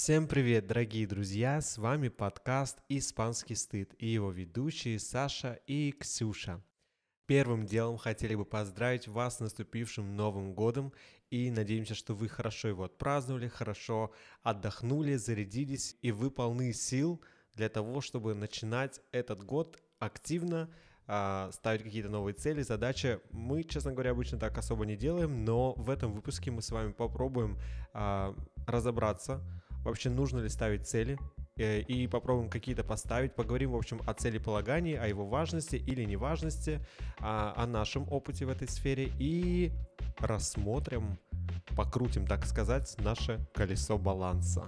Всем привет, дорогие друзья! С вами подкаст «Испанский стыд» и его ведущие Саша и Ксюша. Первым делом хотели бы поздравить вас с наступившим Новым годом и надеемся, что вы хорошо его отпраздновали, хорошо отдохнули, зарядились и вы полны сил для того, чтобы начинать этот год активно, ставить какие-то новые цели, задачи. Мы, честно говоря, обычно так особо не делаем, но в этом выпуске мы с вами попробуем разобраться, вообще нужно ли ставить цели, и попробуем какие-то поставить. Поговорим, в общем, о целеполагании, о его важности или неважности, о нашем опыте в этой сфере и рассмотрим, покрутим, так сказать, наше колесо баланса.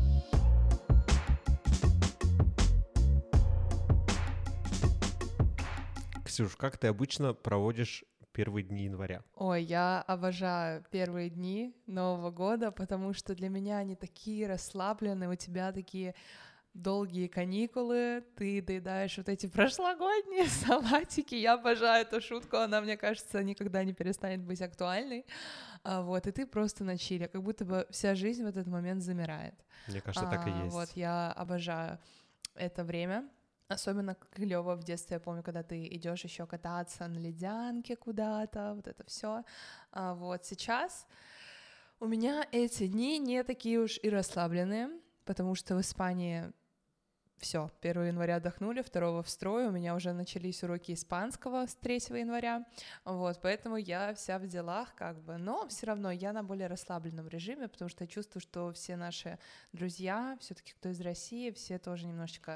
Ксюш, как ты обычно проводишь первые дни января? Ой, я обожаю первые дни Нового года, потому что для меня они такие расслабленные, у тебя такие долгие каникулы, ты доедаешь вот эти прошлогодние салатики, я обожаю эту шутку, она, мне кажется, никогда не перестанет быть актуальной, и ты просто на чиле, как будто бы вся жизнь в этот момент замирает. Мне кажется, так и есть. Вот, я обожаю это время. Особенно клево в детстве, я помню, когда ты идешь еще кататься на ледянке куда-то, вот это все. Вот сейчас у меня эти дни не такие уж и расслабленные, потому что в Испании все, 1 января отдохнули, 2 в строй, у меня уже начались уроки испанского с 3 января, вот, поэтому я вся в делах но все равно я на более расслабленном режиме, потому что я чувствую, что все наши друзья, все-таки кто из России, все тоже немножечко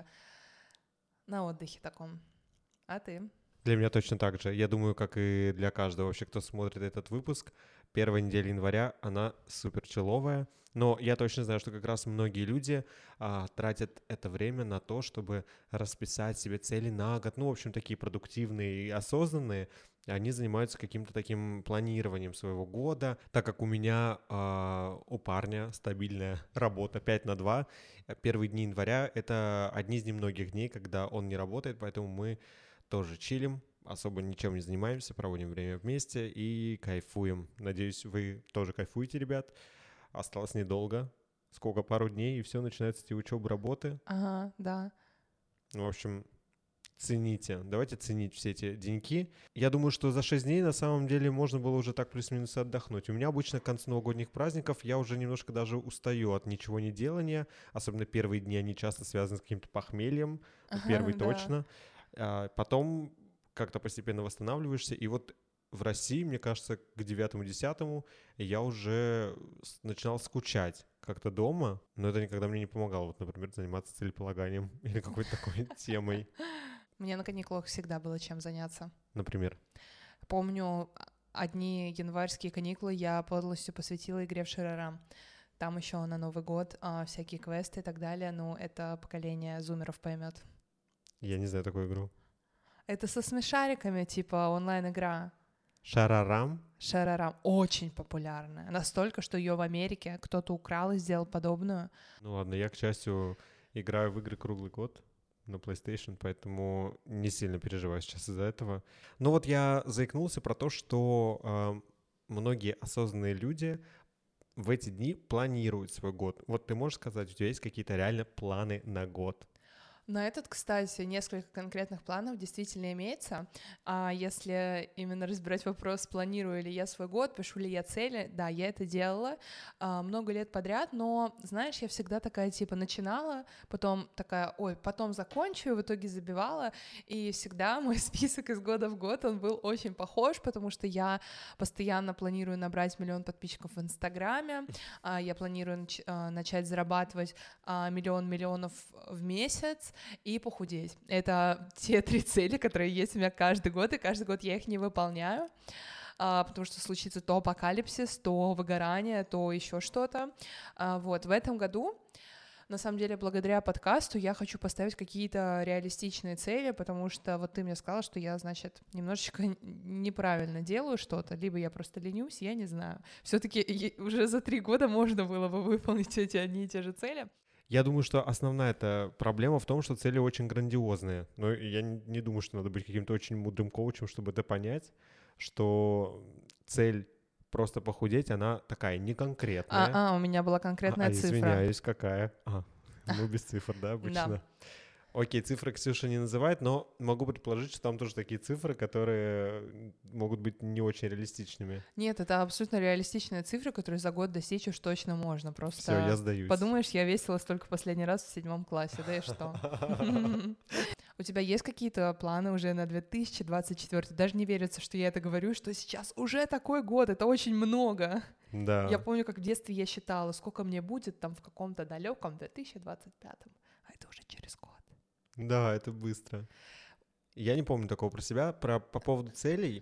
на отдыхе таком. А ты? Для меня точно так же. Я думаю, как и для каждого вообще, кто смотрит этот выпуск, первая неделя января, она супер чилловая. Но я точно знаю, что как раз многие люди тратят это время на то, чтобы расписать себе цели на год. Ну, в общем, такие продуктивные и осознанные. Они занимаются каким-то таким планированием своего года. Так как у меня, у парня стабильная работа 5/2, первые дни января — это одни из немногих дней, когда он не работает, поэтому мы тоже чилим, особо ничем не занимаемся, проводим время вместе и кайфуем. Надеюсь, вы тоже кайфуете, ребят. Осталось недолго. Сколько? Пару дней, и все, начинается учеба, работы. Ага, да. В общем, цените. Давайте ценить все эти деньки. Я думаю, что за 6 дней на самом деле можно было уже так плюс-минус отдохнуть. У меня обычно к концу новогодних праздников я уже немножко даже устаю от ничего не делания. Особенно первые дни, они часто связаны с каким-то похмельем. Первый Да. точно. Потом как-то постепенно восстанавливаешься, и вот в России, мне кажется, к 9-10 я уже начинал скучать как-то дома, но это никогда мне не помогало, вот, например, заниматься целеполаганием или какой-то такой темой. Мне на каникулах всегда было чем заняться. Например. Помню, одни январские каникулы я полностью посвятила игре в Шарарам. Там еще на Новый год всякие квесты и так далее, это поколение зумеров поймет. Я не знаю такую игру. Это со смешариками, типа онлайн-игра. Шарарам? Шарарам очень популярная. Настолько, что ее в Америке кто-то украл и сделал подобную. Ну ладно, я, к счастью, играю в игры круглый год на PlayStation, поэтому не сильно переживаю сейчас из-за этого. Но вот я заикнулся про то, что многие осознанные люди в эти дни планируют свой год. Вот ты можешь сказать, у тебя есть какие-то реально планы на год? На этот, кстати, несколько конкретных планов действительно имеется. А если именно разбирать вопрос, планирую ли я свой год, пишу ли я цели, да, я это делала много лет подряд, но, знаешь, я всегда такая, типа, начинала, потом такая, потом закончу, и в итоге забивала, и всегда мой список из года в год, он был очень похож, потому что я постоянно планирую набрать 1 миллион подписчиков в Инстаграме, я планирую начать зарабатывать 1 миллион в месяц, и похудеть. Это те 3 цели, которые есть у меня каждый год, и каждый год я их не выполняю, потому что случится то апокалипсис, то выгорание, то еще что-то. В этом году, на самом деле, благодаря подкасту я хочу поставить какие-то реалистичные цели, потому что вот ты мне сказала, что я, значит, немножечко неправильно делаю что-то, либо я просто ленюсь, я не знаю. Все-таки уже за 3 года можно было бы выполнить эти одни и те же цели. Я думаю, что основная эта проблема в том, что цели очень грандиозные. Но я не думаю, что надо быть каким-то очень мудрым коучем, чтобы это понять, что цель просто похудеть, она такая неконкретная. У меня была конкретная цифра. Извиняюсь, какая? Мы без цифр, да, обычно? Да. Окей, цифры Ксюша не называет, но могу предположить, что там тоже такие цифры, которые могут быть не очень реалистичными. Нет, это абсолютно реалистичные цифры, которые за год достичь уж точно можно. Просто Все, я сдаюсь. Подумаешь, я весила столько последний раз в 7 классе, да и что? У тебя есть какие-то планы уже на 2024? Даже не верится, что я это говорю, что сейчас уже такой год, это очень много. Да. Я помню, как в детстве я считала, сколько мне будет там в каком-то далеком 2025, а это уже через год. Да, это быстро. Я не помню такого про себя. По поводу целей,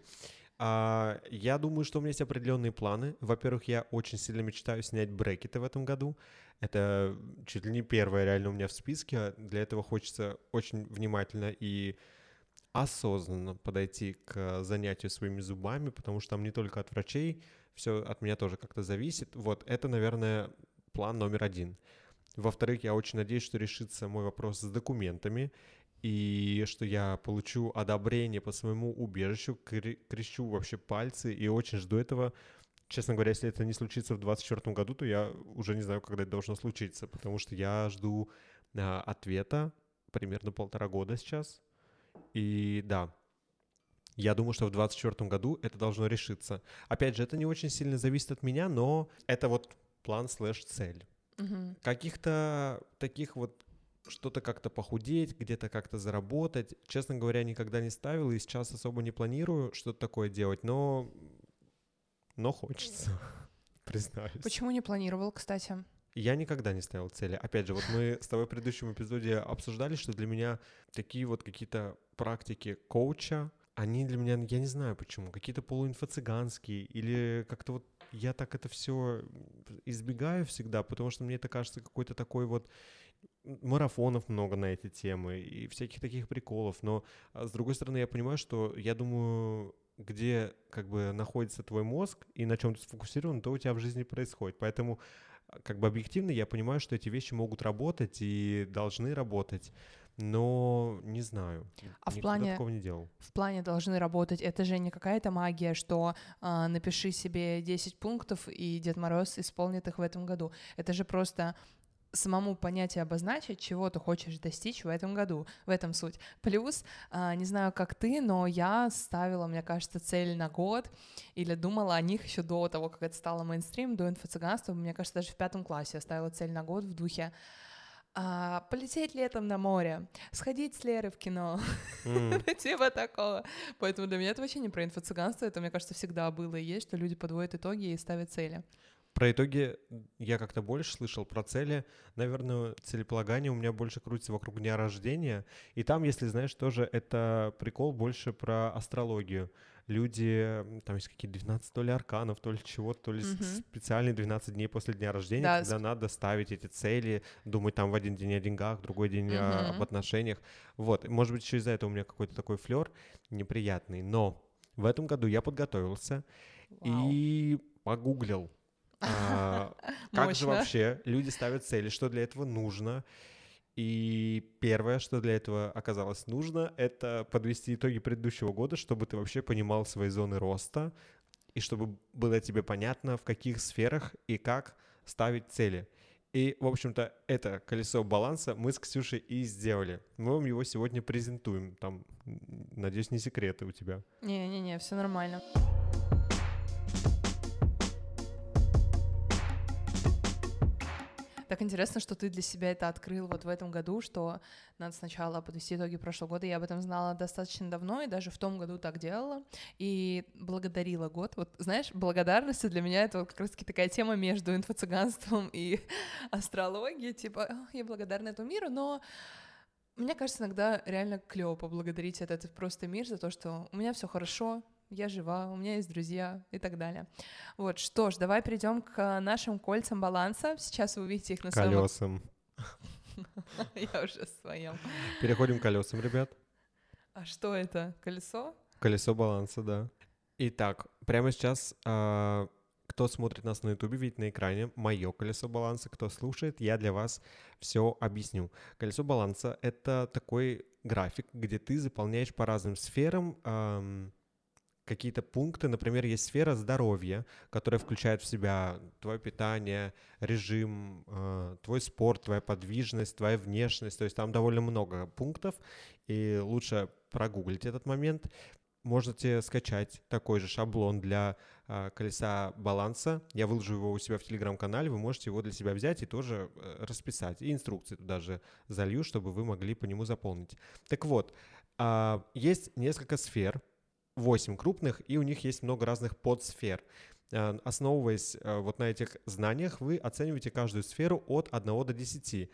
я думаю, что у меня есть определенные планы. Во-первых, я очень сильно мечтаю снять брекеты в этом году. Это чуть ли не первое реально у меня в списке. Для этого хочется очень внимательно и осознанно подойти к занятию своими зубами, потому что там не только от врачей, все от меня тоже как-то зависит. Вот это, наверное, план номер 1. Во-вторых, я очень надеюсь, что решится мой вопрос с документами, и что я получу одобрение по своему убежищу, крещу вообще пальцы, и очень жду этого. Честно говоря, если это не случится в 2024 году, то я уже не знаю, когда это должно случиться, потому что я жду ответа примерно 1,5 года сейчас. И да, я думаю, что в 2024 году это должно решиться. Опять же, это не очень сильно зависит от меня, но это вот план/цель. Каких-то таких вот что-то как-то похудеть, где-то как-то заработать. Честно говоря, никогда не ставил и сейчас особо не планирую что-то такое делать, но хочется, признаюсь. Почему не планировал, кстати? Я никогда не ставил цели. Опять же, вот мы с тобой в предыдущем эпизоде обсуждали, что для меня такие вот какие-то практики коуча, они для меня, я не знаю почему, какие-то полуинфо-цыганские или как-то вот я так это все избегаю всегда, потому что мне это кажется какой-то такой вот марафонов много на эти темы и всяких таких приколов, но с другой стороны я понимаю, что я думаю, где как бы находится твой мозг и на чем ты сфокусирован, то у тебя в жизни происходит, поэтому как бы объективно я понимаю, что эти вещи могут работать и должны работать, но не знаю, никогда такого не делал. В плане должны работать, это же не какая-то магия, что напиши себе 10 пунктов, и Дед Мороз исполнит их в этом году. Это же просто самому понять и обозначить, чего ты хочешь достичь в этом году, в этом суть. Плюс, не знаю, как ты, но я ставила, мне кажется, цель на год, или думала о них еще до того, как это стало мейнстрим, до инфо-цыганства, мне кажется, даже в 5 классе я ставила цель на год в духе полететь летом на море, сходить с Лерой в кино, типа такого. Поэтому для меня это вообще не про инфо-цыганство, это, мне кажется, всегда было и есть, что люди подводят итоги и ставят цели. Про итоги я как-то больше слышал, про цели, наверное, целеполагание у меня больше крутится вокруг дня рождения, и там, если знаешь, тоже это прикол больше про астрологию. Люди, там есть какие-то 12 то ли арканов, то ли чего-то, то ли специальные 12 дней после дня рождения, да, когда надо ставить эти цели, думать там в один день о деньгах, в другой день об отношениях. Вот, может быть, еще из-за этого у меня какой-то такой флер неприятный, но в этом году я подготовился и погуглил, как же вообще люди ставят цели, что для этого нужно. И первое, что для этого оказалось нужно, это подвести итоги предыдущего года, чтобы ты вообще понимал свои зоны роста, и чтобы было тебе понятно, в каких сферах и как ставить цели. И, в общем-то, это колесо баланса мы с Ксюшей и сделали. Мы вам его сегодня презентуем. Там, надеюсь, не секреты у тебя. Не-не-не, все нормально. Так интересно, что ты для себя это открыл вот в этом году, что надо сначала подвести итоги прошлого года. Я об этом знала достаточно давно, и даже в том году так делала, и благодарила год. Вот, знаешь, благодарность для меня — это вот как раз-таки такая тема между инфо-цыганством и астрологией, типа, я благодарна этому миру, но мне кажется, иногда реально клево поблагодарить этот просто мир за то, что у меня все хорошо, я жива, у меня есть друзья и так далее. Вот, что ж, давай перейдем к нашим кольцам баланса. Сейчас вы увидите их на своем... Колесам. Я уже в своем. Переходим к колесам, ребят. А что это? Колесо? Колесо баланса, да. Итак, прямо сейчас, кто смотрит нас на Ютубе, видит на экране мое колесо баланса. Кто слушает, я для вас все объясню. Колесо баланса — это такой график, где ты заполняешь по разным сферам какие-то пункты, например, есть сфера здоровья, которая включает в себя твое питание, режим, твой спорт, твоя подвижность, твоя внешность, то есть там довольно много пунктов, и лучше прогуглить этот момент. Можете скачать такой же шаблон для колеса баланса. Я выложу его у себя в Телеграм-канале, вы можете его для себя взять и тоже расписать. И инструкции туда же залью, чтобы вы могли по нему заполнить. Так вот, есть несколько сфер, 8 крупных, и у них есть много разных подсфер. Основываясь вот на этих знаниях, вы оцениваете каждую сферу от 1 до 10.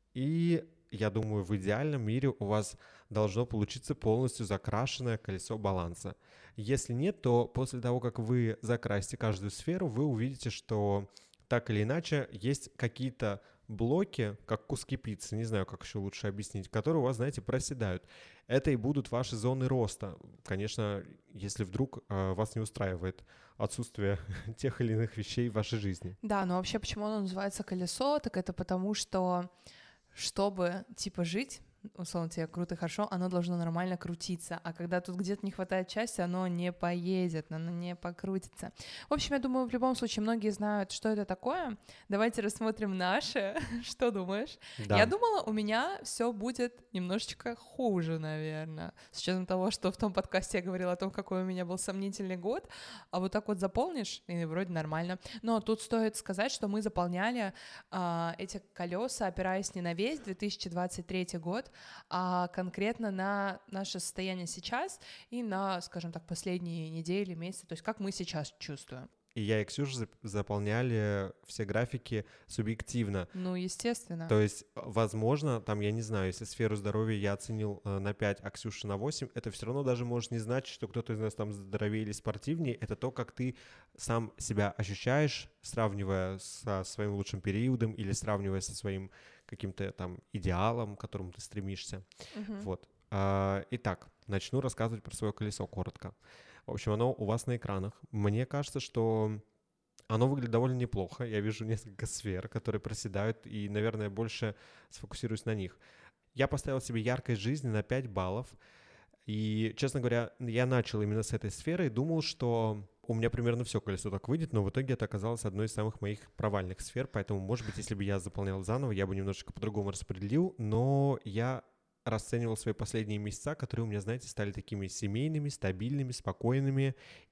И я думаю, в идеальном мире у вас должно получиться полностью закрашенное колесо баланса. Если нет, то после того, как вы закрасите каждую сферу, вы увидите, что так или иначе есть какие-то блоки, как куски пиццы, не знаю, как еще лучше объяснить, которые у вас, знаете, проседают. Это и будут ваши зоны роста. Конечно, если вдруг вас не устраивает отсутствие тех или иных вещей в вашей жизни. Да, но вообще почему оно называется колесо, так это потому, что чтобы, типа, жить, условно, тебе круто и хорошо, оно должно нормально крутиться, а когда тут где-то не хватает части, оно не поедет, оно не покрутится. В общем, я думаю, в любом случае многие знают, что это такое. Давайте рассмотрим наше. Что думаешь? Да. Я думала, у меня все будет немножечко хуже, наверное, с учетом того, что в том подкасте я говорила о том, какой у меня был сомнительный год, а вот так вот заполнишь, и вроде нормально. Но тут стоит сказать, что мы заполняли эти колеса, опираясь не на весь 2023 год, а конкретно на наше состояние сейчас и на, скажем так, последние недели, месяцы, то есть как мы сейчас чувствуем. И я и Ксюша заполняли все графики субъективно. Ну, естественно. То есть, возможно, там, я не знаю, если сферу здоровья я оценил на 5, а Ксюша на 8, это все равно даже может не значить, что кто-то из нас там здоровее или спортивнее. Это то, как ты сам себя ощущаешь, сравнивая со своим лучшим периодом или сравнивая со своим каким-то там идеалом, к которому ты стремишься. Вот. Итак, начну рассказывать про свое колесо коротко. В общем, оно у вас на экранах. Мне кажется, что оно выглядит довольно неплохо. Я вижу несколько сфер, которые проседают, и, наверное, больше сфокусируюсь на них. Я поставил себе яркость жизни на 5 баллов. И, честно говоря, я начал именно с этой сферы и думал, что у меня примерно все колесо так выйдет, но в итоге это оказалось одной из самых моих провальных сфер, поэтому, может быть, если бы я заполнял заново, я бы немножечко по-другому распределил, но я расценивал свои последние месяца, которые у меня, знаете, стали такими семейными, стабильными, спокойными,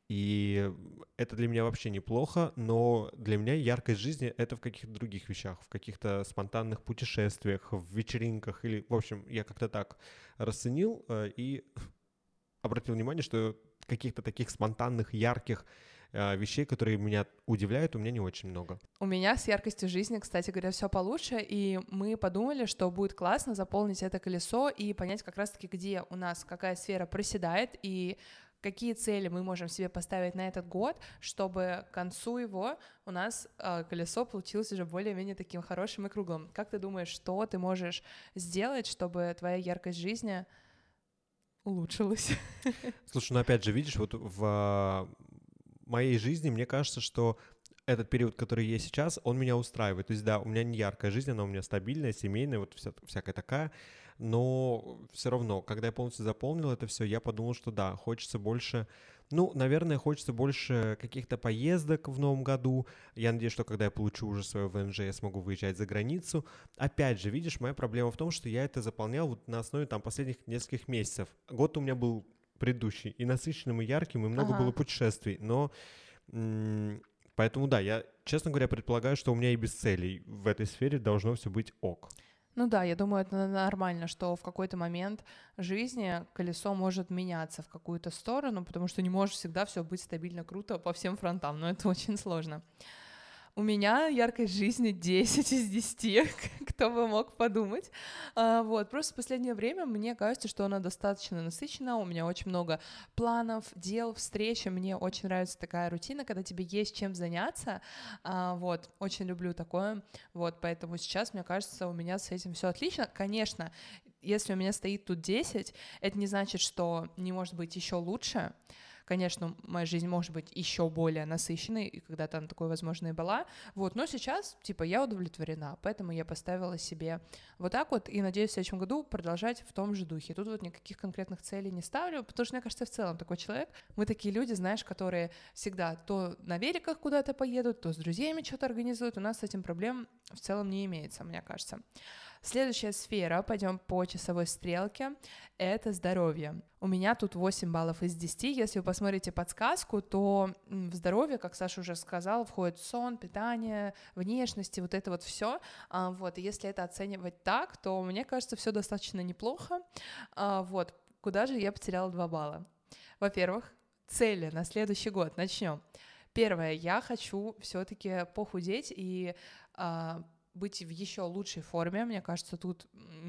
и это для меня вообще неплохо, но для меня яркость жизни — это в каких-то других вещах, в каких-то спонтанных путешествиях, в вечеринках, или, в общем, я как-то так расценил и обратил внимание, что каких-то таких спонтанных, ярких вещей, которые меня удивляют, у меня не очень много. У меня с яркостью жизни, кстати говоря, все получше, и мы подумали, что будет классно заполнить это колесо и понять как раз-таки, где у нас какая сфера проседает и какие цели мы можем себе поставить на этот год, чтобы к концу его у нас колесо получилось уже более-менее таким хорошим и круглым. Как ты думаешь, что ты можешь сделать, чтобы твоя яркость жизни улучшилась? Слушай, ну опять же, видишь, вот в моей жизни, мне кажется, что этот период, который есть сейчас, он меня устраивает. То есть, да, у меня не яркая жизнь, она у меня стабильная, семейная, вот всякая такая, но все равно, когда я полностью заполнил это все, я подумал, что да, хочется больше, ну, наверное, хочется больше каких-то поездок в новом году. Я надеюсь, что когда я получу уже свое ВНЖ, я смогу выезжать за границу. Опять же, видишь, моя проблема в том, что я это заполнял вот на основе там последних нескольких месяцев. Год у меня был предыдущий и насыщенным, и ярким, и много было путешествий, но поэтому да, я, честно говоря, предполагаю, что у меня и без целей в этой сфере должно все быть ок. Ну да, я думаю, это нормально, что в какой-то момент жизни колесо может меняться в какую-то сторону, потому что не может всегда все быть стабильно круто по всем фронтам, но это очень сложно. У меня яркость жизни 10 из 10, кто бы мог подумать. Вот, просто в последнее время мне кажется, что она достаточно насыщена, у меня очень много планов, дел, встреч, и мне очень нравится такая рутина, когда тебе есть чем заняться, вот, очень люблю такое, вот, поэтому сейчас, мне кажется, у меня с этим все отлично. Конечно, если у меня стоит тут 10, это не значит, что не может быть еще лучше. Конечно, моя жизнь может быть еще более насыщенной, и когда-то она такой, возможно, и была, вот, но сейчас, типа, я удовлетворена, поэтому я поставила себе вот так вот, и надеюсь в следующем году продолжать в том же духе. Тут вот никаких конкретных целей не ставлю, потому что, мне кажется, в целом такой человек, мы такие люди, знаешь, которые всегда то на великах куда-то поедут, то с друзьями что-то организуют, у нас с этим проблем в целом не имеется, мне кажется. Следующая сфера, пойдем по часовой стрелке, это здоровье. У меня тут 8 баллов из 10. Если вы посмотрите подсказку, то в здоровье, как Саша уже сказал, входит сон, питание, внешность, вот это вот все. Вот, и если это оценивать так, то мне кажется, все достаточно неплохо. Вот, куда же я потеряла 2 балла? Во-первых, цели на следующий год. Начнем. Первое, я хочу все-таки похудеть и быть в еще лучшей форме. Мне кажется, тут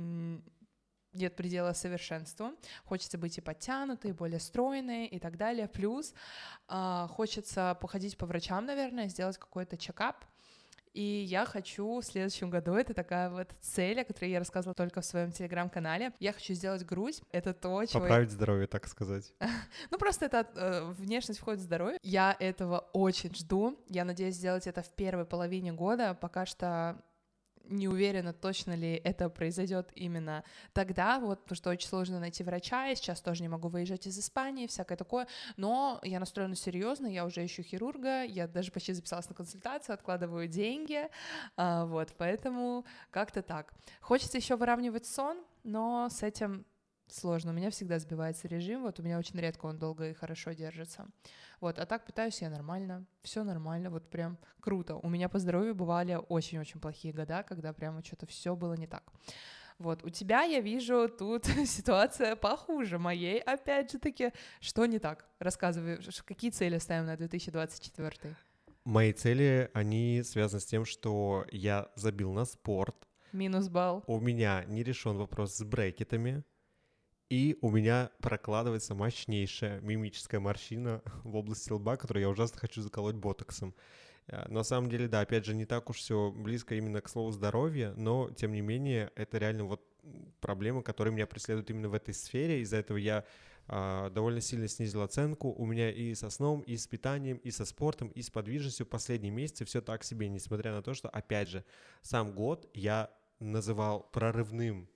нет предела совершенству. Хочется быть и подтянутой, и более стройной и так далее. Плюс хочется походить по врачам, наверное, сделать какой-то чекап. И я хочу в следующем году, это такая вот цель, о которой я рассказывала только в своем телеграм-канале, я хочу сделать грудь, это то, чего... Поправить здоровье, так сказать. Ну, просто это внешность входит в здоровье. Я этого очень жду, я надеюсь сделать это в первой половине года, пока что не уверена, точно ли это произойдет именно тогда, вот, потому что очень сложно найти врача, я сейчас тоже не могу выезжать из Испании, всякое такое, но я настроена серьезно, я уже ищу хирурга, я даже почти записалась на консультацию, откладываю деньги, вот, поэтому как-то так. Хочется еще выравнивать сон, но с этим сложно, у меня всегда сбивается режим, вот у меня очень редко он долго и хорошо держится. Вот, а так питаюсь я нормально, все нормально, вот прям круто. У меня по здоровью бывали очень-очень плохие года, когда прямо что-то все было не так. Вот, у тебя, я вижу, тут ситуация похуже моей, опять же таки, что не так? Рассказывай, какие цели ставим на 2024? Мои цели, они связаны с тем, что я забил на спорт. Минус балл. У меня не решен вопрос с брекетами. И у меня прокладывается мощнейшая мимическая морщина в области лба, которую я ужасно хочу заколоть ботоксом. На самом деле, да, опять же, не так уж все близко именно к слову здоровье, но, тем не менее, это реально вот проблемы, которые меня преследуют именно в этой сфере. Из-за этого я довольно сильно снизил оценку. У меня и со сном, и с питанием, и со спортом, и с подвижностью последние месяцы все так себе, несмотря на то, что, опять же, сам год я называл прорывным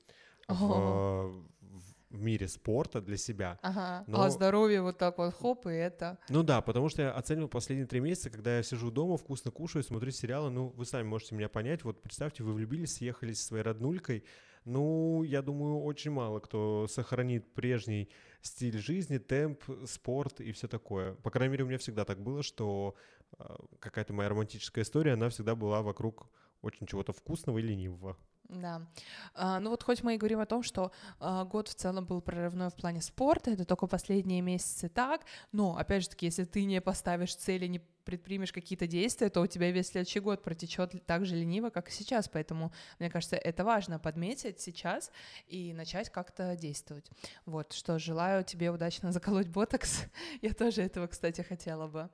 в мире спорта для себя. Ага. Но... А здоровье вот так вот хоп, и это... Ну да, потому что я оценивал последние 3 месяца, когда я сижу дома, вкусно кушаю, смотрю сериалы, ну вы сами можете меня понять, вот представьте, вы влюбились, съехались со своей роднулькой, ну я думаю, очень мало кто сохранит прежний стиль жизни, темп, спорт и все такое. По крайней мере, у меня всегда так было, что какая-то моя романтическая история, она всегда была вокруг очень чего-то вкусного и ленивого. Да. Ну вот хоть мы и говорим о том, что год в целом был прорывной в плане спорта, это только последние месяцы так, но, опять же таки, если ты не поставишь цели, не предпримешь какие-то действия, то у тебя весь следующий год протечет так же лениво, как и сейчас, поэтому, мне кажется, это важно подметить сейчас и начать как-то действовать. Вот, что желаю тебе удачно заколоть ботокс, я тоже этого, кстати, хотела бы.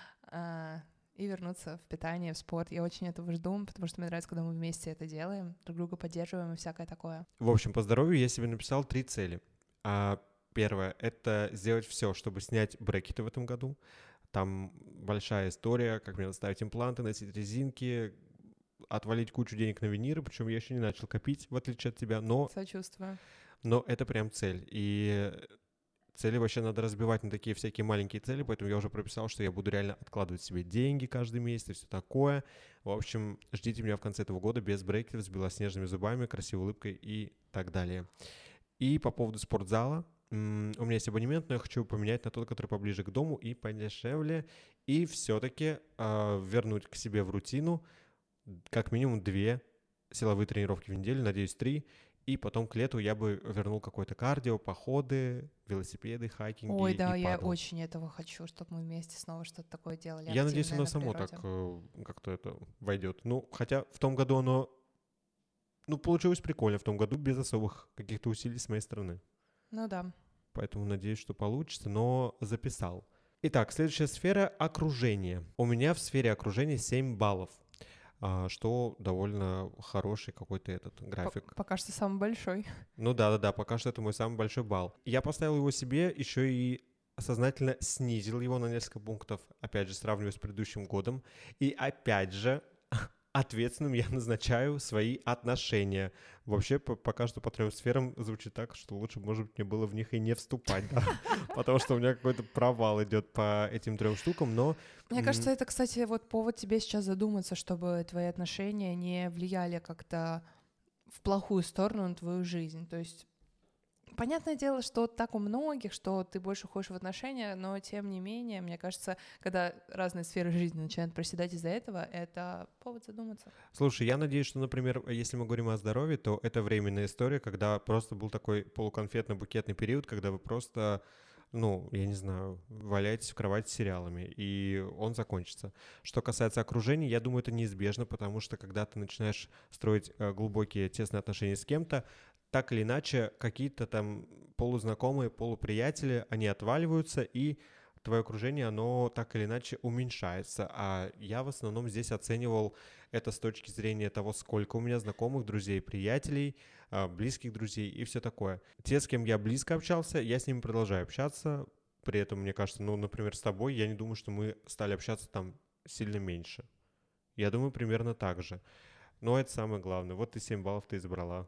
И вернуться в питание, в спорт. Я очень этого жду, потому что мне нравится, когда мы вместе это делаем, друг друга поддерживаем и всякое такое. В общем, по здоровью я себе написал 3 цели. Первое — это сделать все, чтобы снять брекеты в этом году. Там большая история, как мне надо ставить импланты, носить резинки, отвалить кучу денег на виниры, причем я еще не начал копить, в отличие от тебя, но... Сочувствую. Но это прям цель. И цели вообще надо разбивать на такие всякие маленькие цели, поэтому я уже прописал, что я буду реально откладывать себе деньги каждый месяц и все такое. В общем, ждите меня в конце этого года без брекетов, с белоснежными зубами, красивой улыбкой и так далее. И по поводу спортзала. У меня есть абонемент, но я хочу поменять на тот, который поближе к дому и подешевле. И все-таки вернуть к себе в рутину как минимум 2 силовые тренировки в неделю, надеюсь, 3. И потом к лету я бы вернул какое-то кардио, походы, велосипеды, хайкинги. Ой, да, и я падл. очень этого хочу, чтобы мы вместе снова что-то такое делали. Я надеюсь, активное оно на само природе. так как-то это войдет. Ну, хотя в том году оно, получилось прикольно в том году, без особых каких-то усилий с моей стороны. Ну да. Поэтому надеюсь, что получится, но записал. Итак, следующая сфера — окружение. У меня в сфере окружения 7 баллов. Что довольно хороший какой-то этот график. Пока что самый большой. Ну да, пока что это мой самый большой балл. Я поставил его себе еще и сознательно снизил его на несколько пунктов, опять же, сравнивая с предыдущим годом. И опять же, ответственным я назначаю свои отношения. Вообще, пока что по 3 сферам звучит так, что лучше, может быть, мне было в них и не вступать, да, потому что у меня какой-то провал идет по этим 3 штукам, но... Мне кажется, это, кстати, вот повод тебе сейчас задуматься, чтобы твои отношения не влияли как-то в плохую сторону на твою жизнь. То есть, понятное дело, что так у многих, что ты больше уходишь в отношения, но тем не менее, мне кажется, когда разные сферы жизни начинают проседать из-за этого, это повод задуматься. Слушай, я надеюсь, что, например, если мы говорим о здоровье, то это временная история, когда просто был такой полуконфетно-букетный период, когда вы просто, ну, я не знаю, валяетесь в кровати с сериалами, и он закончится. Что касается окружения, я думаю, это неизбежно, потому что когда ты начинаешь строить глубокие, тесные отношения с кем-то, так или иначе, какие-то там полузнакомые, полуприятели, они отваливаются, и твое окружение, оно так или иначе уменьшается. А я в основном здесь оценивал это с точки зрения того, сколько у меня знакомых, друзей, приятелей, близких друзей и все такое. Те, с кем я близко общался, я с ними продолжаю общаться. При этом, мне кажется, ну, например, с тобой, я не думаю, что мы стали общаться там сильно меньше. Я думаю, примерно так же. Но это самое главное. Вот ты 7 баллов ты избрала.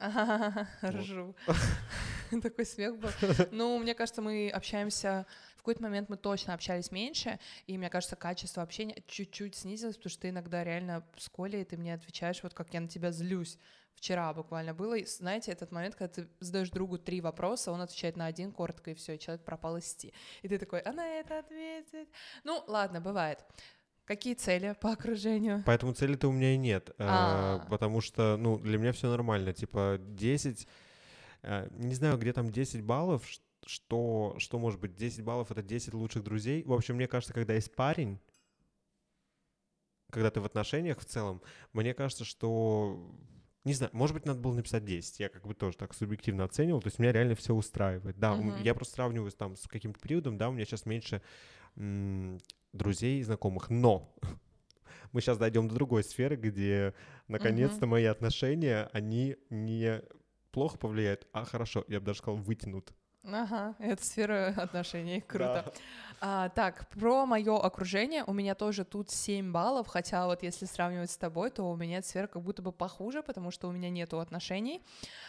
Ржу. Такой смех был. Ну, мне кажется, мы общаемся... В какой-то момент мы точно общались меньше, и, мне кажется, качество общения чуть-чуть снизилось, потому что ты иногда реально с Колей, ты мне отвечаешь, вот как я на тебя злюсь. Вчера буквально было, и, знаете, этот момент, когда ты задаешь другу 3 вопроса, он отвечает на 1 коротко, и все, и человек пропал из сети. И ты такой, а на это ответить? Ну, ладно, бывает. Какие цели по окружению? Поэтому цели-то у меня и нет, потому что, ну, для меня все нормально, типа 10, не знаю, где там 10 баллов, что может быть, 10 баллов — это 10 лучших друзей. В общем, мне кажется, когда есть парень, когда ты в отношениях в целом, мне кажется, что, не знаю, может быть, надо было написать 10, я как бы тоже так субъективно оценивал, то есть меня реально все устраивает. Да, я просто сравниваю там с каким-то периодом, да, у меня сейчас меньше друзей и знакомых, но мы сейчас дойдем до другой сферы, где наконец-то мои отношения, они не плохо повлияют, а хорошо, я бы даже сказал, вытянут. Ага, это сфера отношений, круто. Да. Так, про мое окружение, у меня тоже тут 7 баллов, хотя вот если сравнивать с тобой, то у меня эта сфера как будто бы похуже, потому что у меня нету отношений.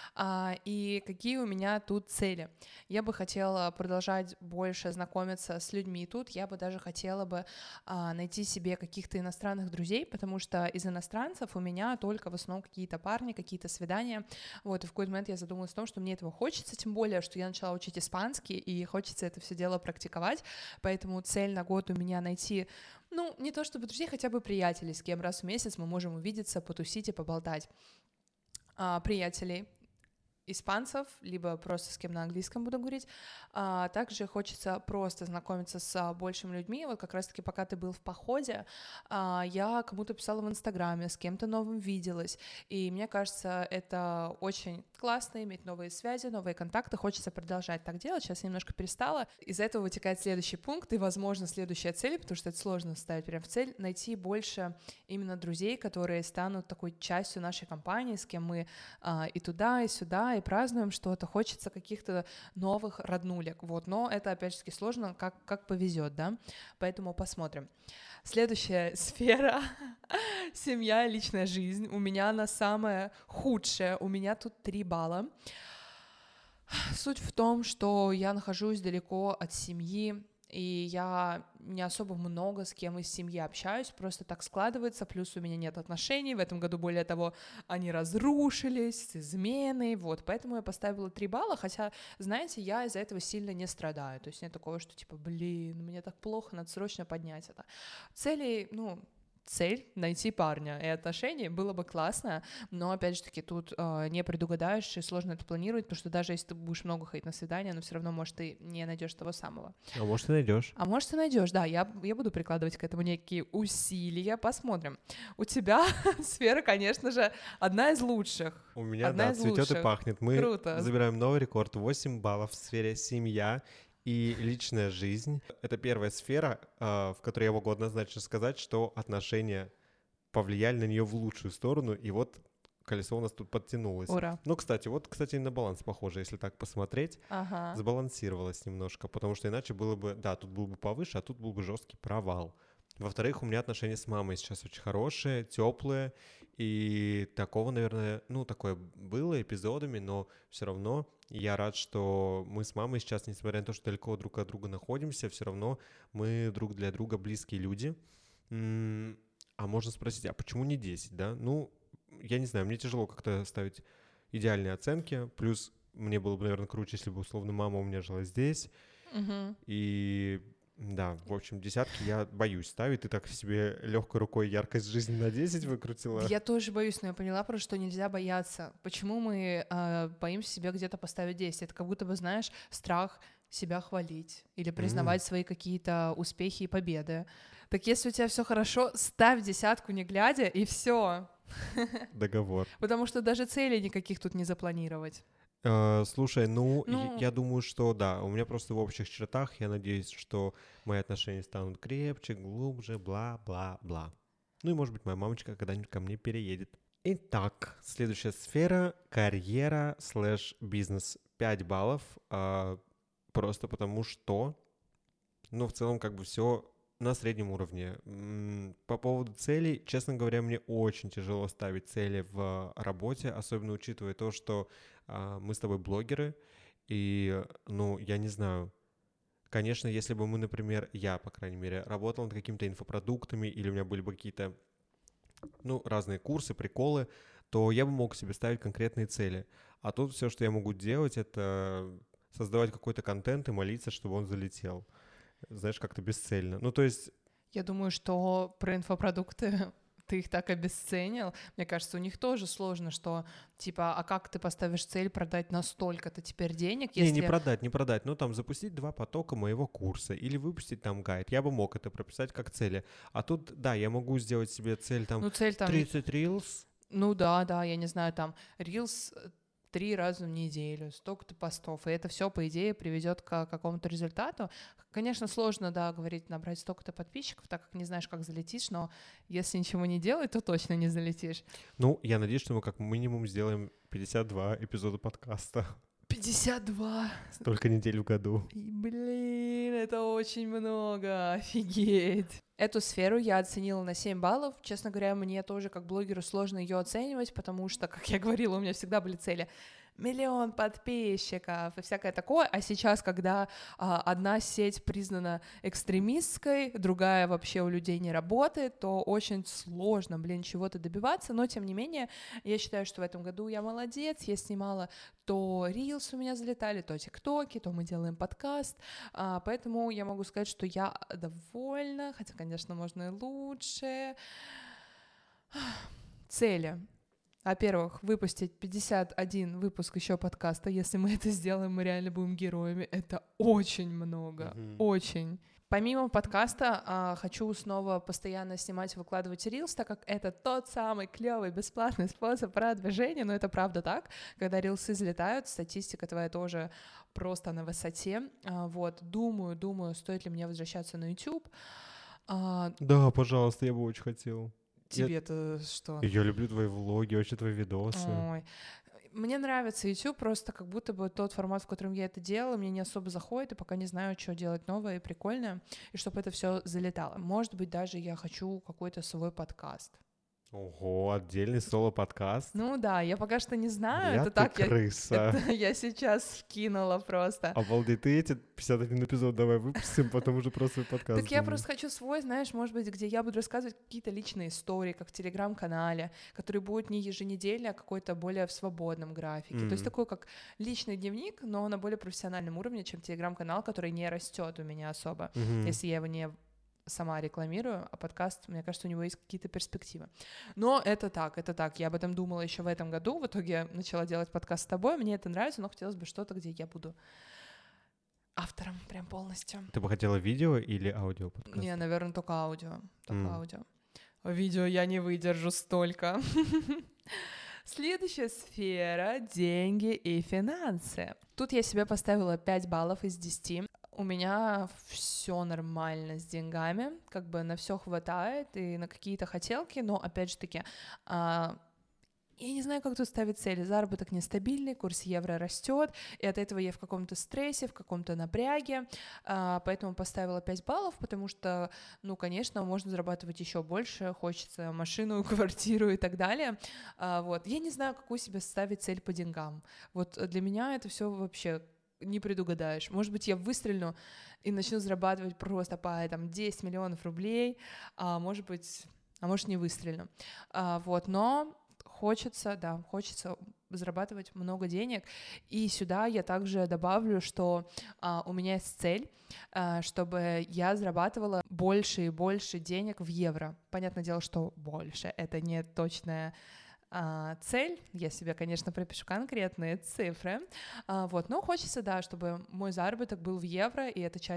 И какие у меня тут цели? Я бы хотела продолжать больше знакомиться с людьми тут, я бы даже хотела бы найти себе каких-то иностранных друзей, потому что из иностранцев у меня только в основном какие-то парни, какие-то свидания, вот, и в какой-то момент я задумалась о том, что мне этого хочется, тем более, что я начала учить испанский, и хочется это все дело практиковать, поэтому цель на год у меня найти, ну, не то чтобы друзей, хотя бы приятелей, с кем раз в месяц мы можем увидеться, потусить и поболтать. Приятелей испанцев, либо просто с кем на английском буду говорить. Также хочется просто знакомиться с большими людьми. Вот как раз-таки пока ты был в походе, я кому-то писала в Инстаграме, с кем-то новым виделась, и мне кажется, это очень классно, иметь новые связи, новые контакты, хочется продолжать так делать, сейчас я немножко перестала. Из этого вытекает следующий пункт, и, возможно, следующая цель, потому что это сложно ставить прям в цель, найти больше именно друзей, которые станут такой частью нашей компании, с кем мы и туда, и сюда, и празднуем что-то, хочется каких-то новых роднулек, вот, но это, опять же, сложно, как повезет, да, поэтому посмотрим. Следующая сфера — семья, личная жизнь. У меня она самая худшая, у меня тут 3 балла. Суть в том, что я нахожусь далеко от семьи, и я не особо много с кем из семьи общаюсь, просто так складывается, плюс у меня нет отношений, в этом году, более того, они разрушились, измены, вот, поэтому я поставила 3 балла, хотя, знаете, я из-за этого сильно не страдаю, то есть нет такого, что типа, мне так плохо, надо срочно поднять это. Цель — найти парня и отношения, было бы классно, но, опять же таки, тут не предугадаешь, и сложно это планировать, потому что даже если ты будешь много ходить на свидания, но все равно, может, ты не найдешь того самого. А может, и найдешь. А может, и найдешь, да, я буду прикладывать к этому некие усилия, посмотрим. У тебя сфера, конечно же, одна из лучших. У меня, да, цветет и пахнет. Мы Круто. забираем новый рекорд, 8 баллов в сфере семья и личная жизнь. Это первая сфера, в которой я могу однозначно сказать, что отношения повлияли на нее в лучшую сторону. И вот колесо у нас тут подтянулось. Ура. Ну, кстати, на баланс похоже, если так посмотреть. Ага. Сбалансировалось немножко, потому что иначе было бы, да, тут был бы повыше, а тут был бы жесткий провал. Во-вторых, у меня отношения с мамой сейчас очень хорошие, теплые, и такого, наверное, ну, такое было эпизодами, но все равно я рад, что мы с мамой сейчас, несмотря на то, что далеко друг от друга находимся, все равно мы друг для друга близкие люди. А можно спросить, а почему не 10, да? Ну, я не знаю, мне тяжело как-то ставить идеальные оценки, плюс мне было бы, наверное, круче, если бы, условно, мама у меня жила здесь, и... Да, в общем, десятки я боюсь ставить. Ты так себе легкой рукой яркость жизни на 10 выкрутила. Я тоже боюсь, но я поняла просто, что нельзя бояться. Почему мы боимся себе где-то поставить 10? Это как будто бы, знаешь, страх себя хвалить или признавать свои какие-то успехи и победы. Так если у тебя все хорошо, ставь 10 не глядя, и все. Договор. Потому что даже целей никаких тут не запланировать. Слушай, ну, я думаю, что да, у меня просто в общих чертах, я надеюсь, что мои отношения станут крепче, глубже, бла-бла-бла. Ну и, может быть, моя мамочка когда-нибудь ко мне переедет. Итак, следующая сфера — карьера / бизнес. 5 баллов, просто потому что, ну, в целом, как бы все на среднем уровне. По поводу целей, честно говоря, мне очень тяжело ставить цели в работе, особенно учитывая то, что мы с тобой блогеры, и, ну, я не знаю, конечно, если бы мы, например, я, по крайней мере, работал над какими-то инфопродуктами, или у меня были бы какие-то, ну, разные курсы, приколы, то я бы мог себе ставить конкретные цели. А тут все, что я могу делать, это создавать какой-то контент и молиться, чтобы он залетел. Знаешь, как-то бесцельно. Ну, то есть... Я думаю, что про инфопродукты ты их так обесценил. Мне кажется, у них тоже сложно, что, типа, а как ты поставишь цель продать на столько-то теперь денег, если... Не продать. Ну, там, запустить 2 потока моего курса или выпустить там гайд. Я бы мог это прописать как цели. А тут, да, я могу сделать себе цель, там, Ну, цель там... 30 reels. Ну, да, я не знаю, там, Reels 3 раза в неделю, столько-то постов, и это все, по идее, приведет к какому-то результату. Конечно, сложно, да, говорить, набрать столько-то подписчиков, так как не знаешь, как залетишь, но если ничего не делать, то точно не залетишь. Ну, я надеюсь, что мы как минимум сделаем 52 эпизода подкаста. 52! Столько недель в году. И, блин, это очень много, офигеть. Эту сферу я оценила на 7 баллов. Честно говоря, мне тоже как блогеру сложно ее оценивать, потому что, как я говорила, у меня всегда были цели 1 миллион подписчиков и всякое такое. А сейчас, когда одна сеть признана экстремистской, другая вообще у людей не работает, то очень сложно, чего-то добиваться. Но, тем не менее, я считаю, что в этом году я молодец. Я снимала то Reels у меня залетали, то ТикТоки, то мы делаем подкаст. Поэтому я могу сказать, что я довольна, хотя, конечно, можно и лучше. Цели. Во-первых, выпустить 51 выпуск еще подкаста. Если мы это сделаем, мы реально будем героями. Это очень много, очень. Помимо подкаста, хочу снова постоянно снимать и выкладывать Reels, так как это тот самый клевый бесплатный способ продвижения, но это правда так. Когда рилсы взлетают, статистика твоя тоже просто на высоте. Вот, думаю, стоит ли мне возвращаться на YouTube. Да, пожалуйста, я бы очень хотел. Тебе-то что? Я люблю твои влоги, вообще твои видосы. Ой. Мне нравится YouTube, просто как будто бы тот формат, в котором я это делала, мне не особо заходит, и пока не знаю, что делать новое и прикольное, и чтобы это все залетало. Может быть, даже я хочу какой-то свой подкаст. Ого, отдельный соло-подкаст. Ну да, я пока что не знаю, Я это так, крыса. я сейчас вкинула просто. Обалдеть, ты эти 51 эпизод давай выпустим, потом уже просто свой подкаст. Так я просто хочу свой, знаешь, может быть, где я буду рассказывать какие-то личные истории, как в Телеграм-канале, который будет не еженедельно, а какой-то более в свободном графике. То есть такой как личный дневник, но на более профессиональном уровне, чем Телеграм-канал, который не растет у меня особо, если я его не сама рекламирую, а подкаст, мне кажется, у него есть какие-то перспективы. Но это так. Я об этом думала еще в этом году. В итоге начала делать подкаст с тобой. Мне это нравится, но хотелось бы что-то, где я буду автором прям полностью. Ты бы хотела видео или аудио подкаст? Не, наверное, только аудио. Аудио. Видео я не выдержу столько. Следующая сфера — деньги и финансы. Тут я себе поставила 5 баллов из 10. У меня все нормально с деньгами, как бы на все хватает и на какие-то хотелки, но опять же таки Я не знаю, как тут ставить цели. Заработок нестабильный, курс евро растет, и от этого я в каком-то стрессе, в каком-то напряге, поэтому поставила 5 баллов, потому что, ну, конечно, можно зарабатывать еще больше, хочется машину, квартиру и так далее. Вот. Я не знаю, какую себе ставить цель по деньгам. Вот для меня это все вообще не предугадаешь. Может быть, я выстрелю и начну зарабатывать просто по там, 10 миллионов рублей, может быть, может не выстрелю. Вот, но хочется зарабатывать много денег. И сюда я также добавлю, что у меня есть цель, чтобы я зарабатывала больше и больше денег в евро. Понятное дело, что больше — это не точная цель, я себе, конечно, пропишу конкретные цифры, вот, но хочется, да, чтобы мой заработок был в евро, и эта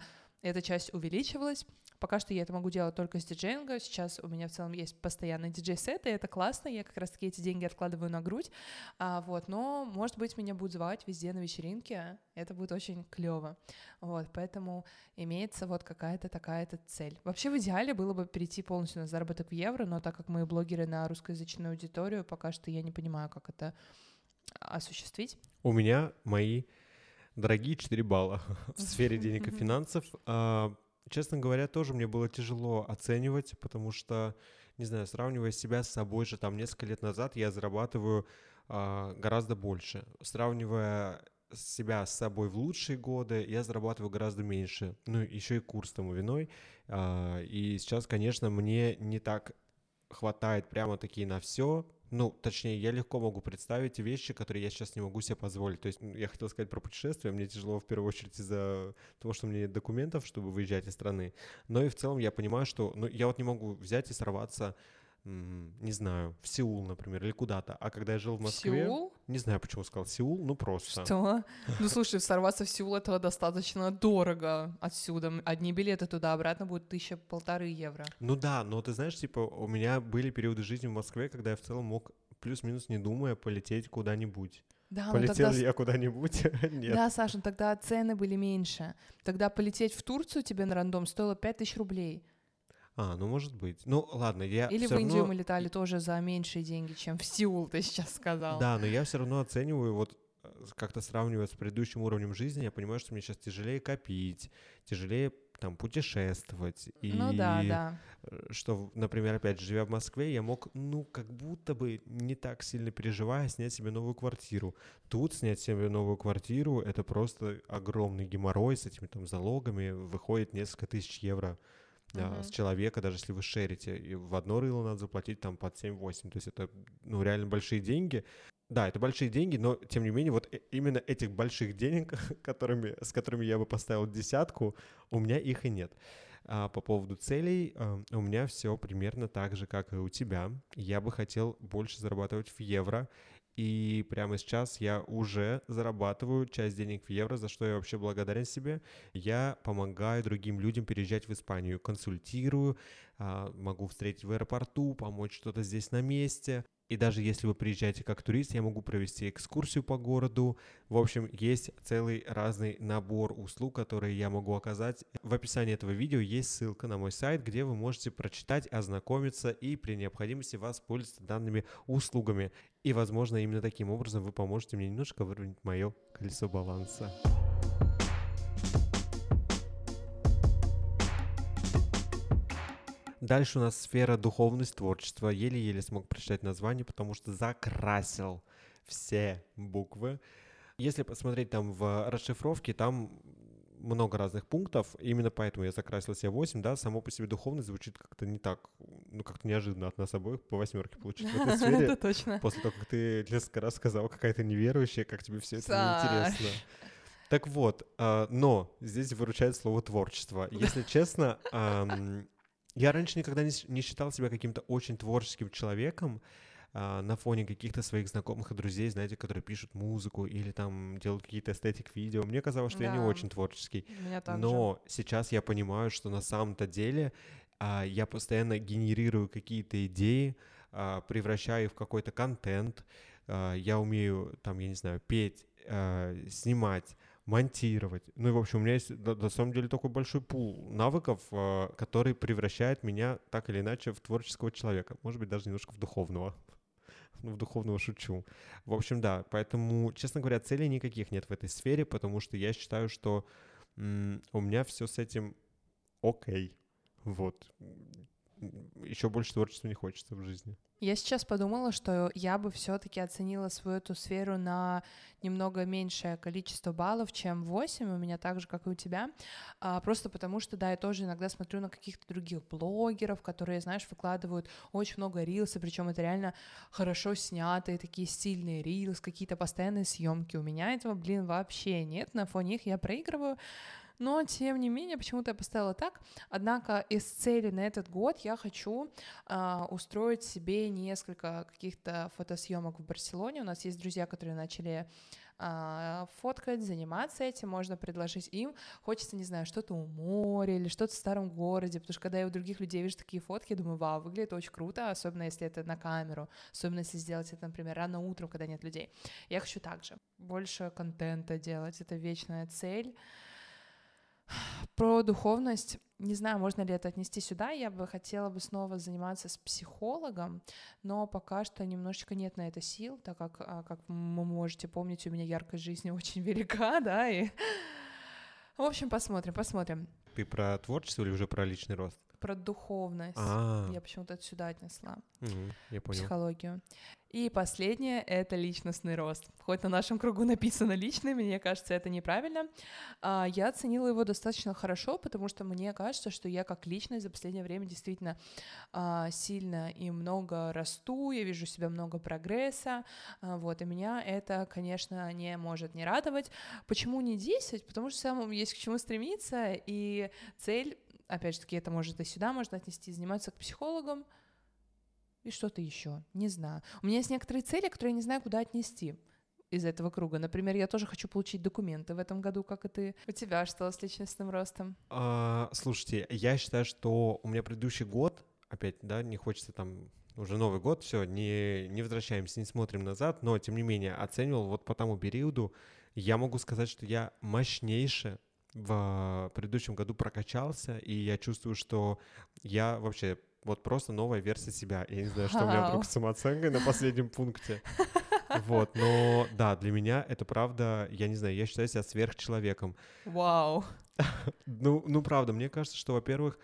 часть увеличивалась. Пока что я это могу делать только с диджеинга. Сейчас у меня в целом есть постоянный диджей-сет, и это классно. Я как раз-таки эти деньги откладываю на грудь. Вот, но, может быть, меня будут звать везде на вечеринке. Это будет очень клево. Вот, поэтому имеется вот какая-то такая-то цель. Вообще, в идеале было бы перейти полностью на заработок в евро, но так как мы блогеры на русскоязычную аудиторию, пока что я не понимаю, как это осуществить. У меня мои дорогие 4 балла в сфере денег и финансов. Честно говоря, тоже мне было тяжело оценивать, потому что, не знаю, сравнивая себя с собой же, там, несколько лет назад я зарабатываю гораздо больше. Сравнивая себя с собой в лучшие годы, я зарабатываю гораздо меньше. Ну, еще и курс тому виной. И сейчас, конечно, мне не так хватает прямо-таки на все. Ну, точнее, я легко могу представить вещи, которые я сейчас не могу себе позволить. То есть я хотел сказать про путешествия. Мне тяжело в первую очередь из-за того, что у меня нет документов, чтобы выезжать из страны. Но и в целом я понимаю, что я вот не могу взять и сорваться, не знаю, в Сеул, например, или куда-то. А когда я жил в Москве... Сеул? Не знаю, почему сказал Сеул, ну просто. Что? Ну, слушай, сорваться в Сеул — это достаточно дорого отсюда. Одни билеты туда-обратно будут 1,5 евро. Ну да, но ты знаешь, типа, у меня были периоды жизни в Москве, когда я в целом мог плюс-минус не думая полететь куда-нибудь. Да, Полетел ли я куда-нибудь? Нет. Да, Саша, тогда цены были меньше. Тогда полететь в Турцию тебе на рандом стоило 5000 рублей. Ну может быть. Ну ладно, я Или в все Индию равно... мы летали тоже за меньшие деньги, чем в Сеул, ты сейчас сказал. Да, но я все равно оцениваю, вот как-то сравнивая с предыдущим уровнем жизни, я понимаю, что мне сейчас тяжелее копить, тяжелее там путешествовать. Ну да. Что, например, опять живя в Москве, я мог, как будто бы не так сильно переживая, снять себе новую квартиру. Тут снять себе новую квартиру — это просто огромный геморрой с этими там залогами, выходит несколько тысяч евро. С человека, даже если вы шерите, и в одно рыло надо заплатить там под 7-8, то есть это, реально большие деньги. Да, это большие деньги, но, тем не менее, вот именно этих больших денег, с которыми я бы поставил 10, у меня их и нет. По поводу целей, у меня все примерно так же, как и у тебя. Я бы хотел больше зарабатывать в евро, и прямо сейчас я уже зарабатываю часть денег в евро, за что я вообще благодарен себе. Я помогаю другим людям переезжать в Испанию, консультирую, могу встретить в аэропорту, помочь что-то здесь на месте. И даже если вы приезжаете как турист, я могу провести экскурсию по городу. В общем, есть целый разный набор услуг, которые я могу оказать. В описании этого видео есть ссылка на мой сайт, где вы можете прочитать, ознакомиться и при необходимости воспользоваться данными услугами. И, возможно, именно таким образом вы поможете мне немножко выровнять мое колесо баланса. Дальше у нас сфера духовность, творчество. Еле-еле смог прочитать название, потому что закрасил все буквы. Если посмотреть там в расшифровке, там много разных пунктов. Именно поэтому я закрасил себе 8, да. Само по себе духовность звучит как-то не так, как-то неожиданно от нас обоих по 8 получить в этой сфере. Это точно. После того, как ты несколько раз сказала, какая-то неверующая, как тебе все это неинтересно. Так вот, но здесь выручает слово творчество. Если честно... Я раньше никогда не считал себя каким-то очень творческим человеком на фоне каких-то своих знакомых и друзей, знаете, которые пишут музыку или там делают какие-то эстетик-видео. Мне казалось, что я не очень творческий. Но сейчас я понимаю, что на самом-то деле я постоянно генерирую какие-то идеи, превращаю их в какой-то контент. Я умею, там, я не знаю, петь, снимать, монтировать. Ну и, в общем, у меня есть, на самом деле, такой большой пул навыков, который превращает меня так или иначе в творческого человека. Может быть, даже немножко в духовного. Ну, в духовного шучу. В общем, да, поэтому, честно говоря, целей никаких нет в этой сфере, потому что я считаю, что у меня все с этим окей. Вот. Еще больше творчества не хочется в жизни. Я сейчас подумала, что я бы все-таки оценила свою эту сферу на немного меньшее количество баллов, чем 8, у меня так же, как и у тебя, просто потому что, да, я тоже иногда смотрю на каких-то других блогеров, которые, знаешь, выкладывают очень много рилсов, причем это реально хорошо снятые, такие стильные рилсы, какие-то постоянные съемки. У меня этого, вообще нет, на фоне их я проигрываю. Но, тем не менее, почему-то я поставила так. Однако из целей на этот год я хочу устроить себе несколько каких-то фотосъемок в Барселоне. У нас есть друзья, которые начали фоткать, заниматься этим, можно предложить им. Хочется, не знаю, что-то у моря или что-то в старом городе, потому что когда я у других людей вижу такие фотки, я думаю, вау, выглядит очень круто, особенно если это на камеру, особенно если сделать это, например, рано утром, когда нет людей. Я хочу также больше контента делать, это вечная цель. Про духовность, не знаю, можно ли это отнести сюда, я бы хотела бы снова заниматься с психологом, но пока что немножечко нет на это сил, так как вы можете помнить, у меня яркость жизни очень велика, да, и... В общем, посмотрим. Ты про творчество или уже про личный рост? Про духовность. Я почему-то это сюда отнесла. Я понял. Психологию. И последнее — это личностный рост. Хоть на нашем кругу написано «личный», мне кажется, это неправильно. Я оценила его достаточно хорошо, потому что мне кажется, что я как личность за последнее время действительно сильно и много расту, я вижу у себя много прогресса, вот, и меня это, конечно, не может не радовать. Почему не 10? Потому что самому есть к чему стремиться, и цель, опять же таки, это может и сюда можно отнести, заниматься к психологам, и что-то еще, не знаю. У меня есть некоторые цели, которые я не знаю, куда отнести из этого круга. Например, я тоже хочу получить документы в этом году, как и ты. У тебя что с личностным ростом? Слушайте, я считаю, что у меня предыдущий год, опять, да, не хочется там, уже Новый год, все, не возвращаемся, не смотрим назад, но, тем не менее, оценивал вот по тому периоду, я могу сказать, что я мощнейше в предыдущем году прокачался, и я чувствую, что я вообще вот просто новая версия себя. Я не знаю, что у меня вдруг с самооценкой на последнем пункте. Вот, но да, для меня это правда, я не знаю, я считаю себя сверхчеловеком. Вау. Ну, правда, мне кажется, что, во-первых,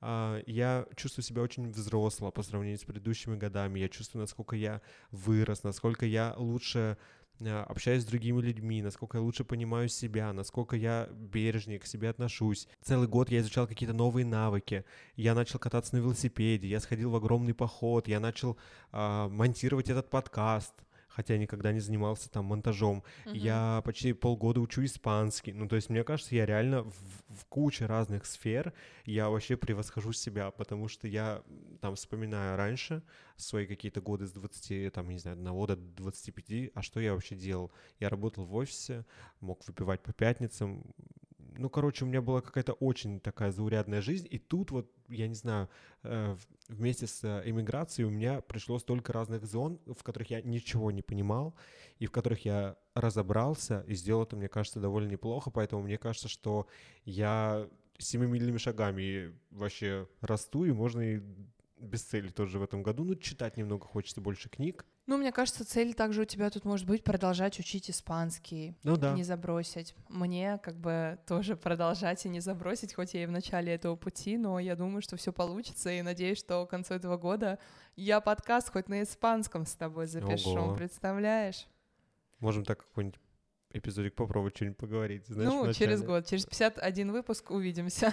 я чувствую себя очень взросло по сравнению с предыдущими годами. Я чувствую, насколько я вырос, насколько я лучше общаюсь с другими людьми, насколько я лучше понимаю себя, насколько я бережнее к себе отношусь. Целый год я изучал какие-то новые навыки, я начал кататься на велосипеде, я сходил в огромный поход, я начал монтировать этот подкаст, хотя я никогда не занимался там монтажом. Я почти полгода учу испанский. Ну, то есть, мне кажется, я реально в куче разных сфер я вообще превосхожу себя, потому что я там вспоминаю раньше свои какие-то годы с 20, там, не знаю, 1 до 25, а что я вообще делал? Я работал в офисе, мог выпивать по пятницам. Ну, короче, у меня была какая-то очень такая заурядная жизнь, и тут вот, я не знаю, вместе с эмиграцией у меня пришло столько разных зон, в которых я ничего не понимал, и в которых я разобрался, и сделал это, мне кажется, довольно неплохо, поэтому мне кажется, что я семимильными шагами вообще расту, и можно и без цели тоже в этом году. Ну, читать немного хочется больше книг. Ну, мне кажется, цель также у тебя тут может быть продолжать учить испанский, ну, да. Не забросить. Мне как бы тоже продолжать и не забросить, хоть я и в начале этого пути, но я думаю, что все получится, и надеюсь, что к концу этого года я подкаст хоть на испанском с тобой запишу, Ого. Представляешь? Можем так какой-нибудь эпизодик попробовать что-нибудь поговорить, знаешь, Ну, через год, через 51 выпуск увидимся.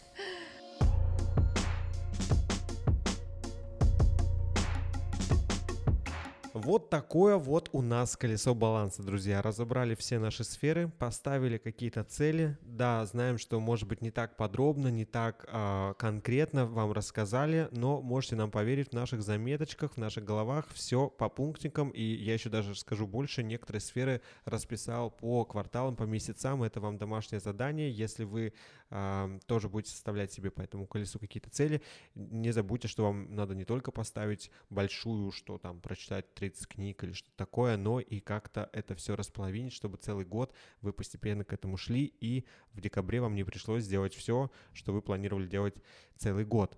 Вот такое вот у нас колесо баланса, друзья. Разобрали все наши сферы, поставили какие-то цели. Да, знаем, что, может быть, не так подробно, не так конкретно вам рассказали, но можете нам поверить, в наших заметочках, в наших головах все по пунктикам. И я еще даже скажу больше, некоторые сферы расписал по кварталам, по месяцам. Это вам домашнее задание. Если вы тоже будете составлять себе по этому колесу какие-то цели, не забудьте, что вам надо не только поставить большую, что там прочитать 30 книг или что-то такое, но и как-то это все располовинить, чтобы целый год вы постепенно к этому шли, и в декабре вам не пришлось сделать все, что вы планировали делать целый год.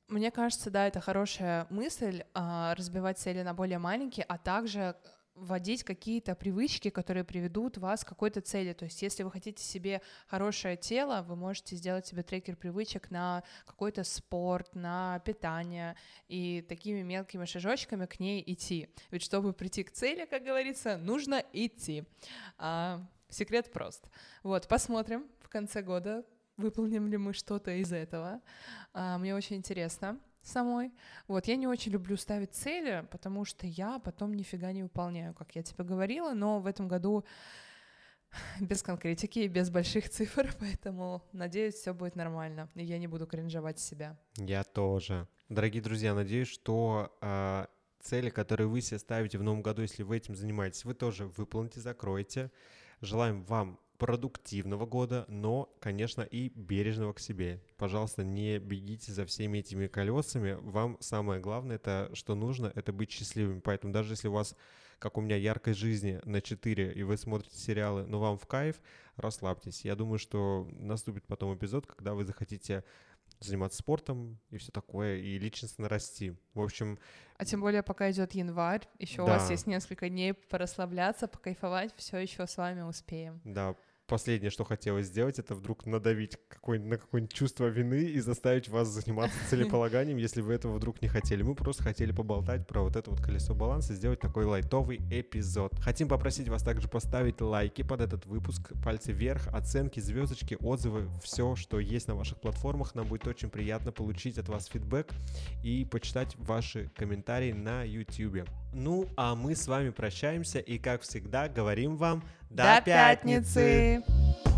Мне кажется, да, это хорошая мысль, разбивать цели на более маленькие, а также вводить какие-то привычки, которые приведут вас к какой-то цели. То есть если вы хотите себе хорошее тело, вы можете сделать себе трекер привычек на какой-то спорт, на питание, и такими мелкими шажочками к ней идти. Ведь чтобы прийти к цели, как говорится, нужно идти. Секрет прост. Вот, посмотрим в конце года, выполним ли мы что-то из этого. Мне очень интересно самой. Вот, я не очень люблю ставить цели, потому что я потом нифига не выполняю, как я тебе говорила, но в этом году без конкретики и без больших цифр, поэтому, надеюсь, все будет нормально, и я не буду кринжевать себя. Я тоже. Дорогие друзья, надеюсь, что цели, которые вы себе ставите в новом году, если вы этим занимаетесь, вы тоже выполните, закроете. Желаем вам продуктивного года, но, конечно, и бережного к себе. Пожалуйста, не бегите за всеми этими колесами. Вам самое главное, это что нужно, это быть счастливыми. Поэтому даже если у вас, как у меня, яркой жизни на 4, и вы смотрите сериалы, но вам в кайф, расслабьтесь. Я думаю, что наступит потом эпизод, когда вы захотите заниматься спортом и все такое, и личностно расти. В общем... А тем более, пока идет январь, еще у вас есть несколько дней порасслабляться, покайфовать, все еще с вами успеем. Да, последнее, что хотелось сделать, это вдруг надавить на какое-нибудь чувство вины и заставить вас заниматься целеполаганием, если вы этого вдруг не хотели. Мы просто хотели поболтать про вот это вот колесо баланса, сделать такой лайтовый эпизод. Хотим попросить вас также поставить лайки под этот выпуск, пальцы вверх, оценки, звездочки, отзывы, все, что есть на ваших платформах. Нам будет очень приятно получить от вас фидбэк и почитать ваши комментарии на YouTube. Ну, а мы с вами прощаемся и, как всегда, говорим вам до пятницы!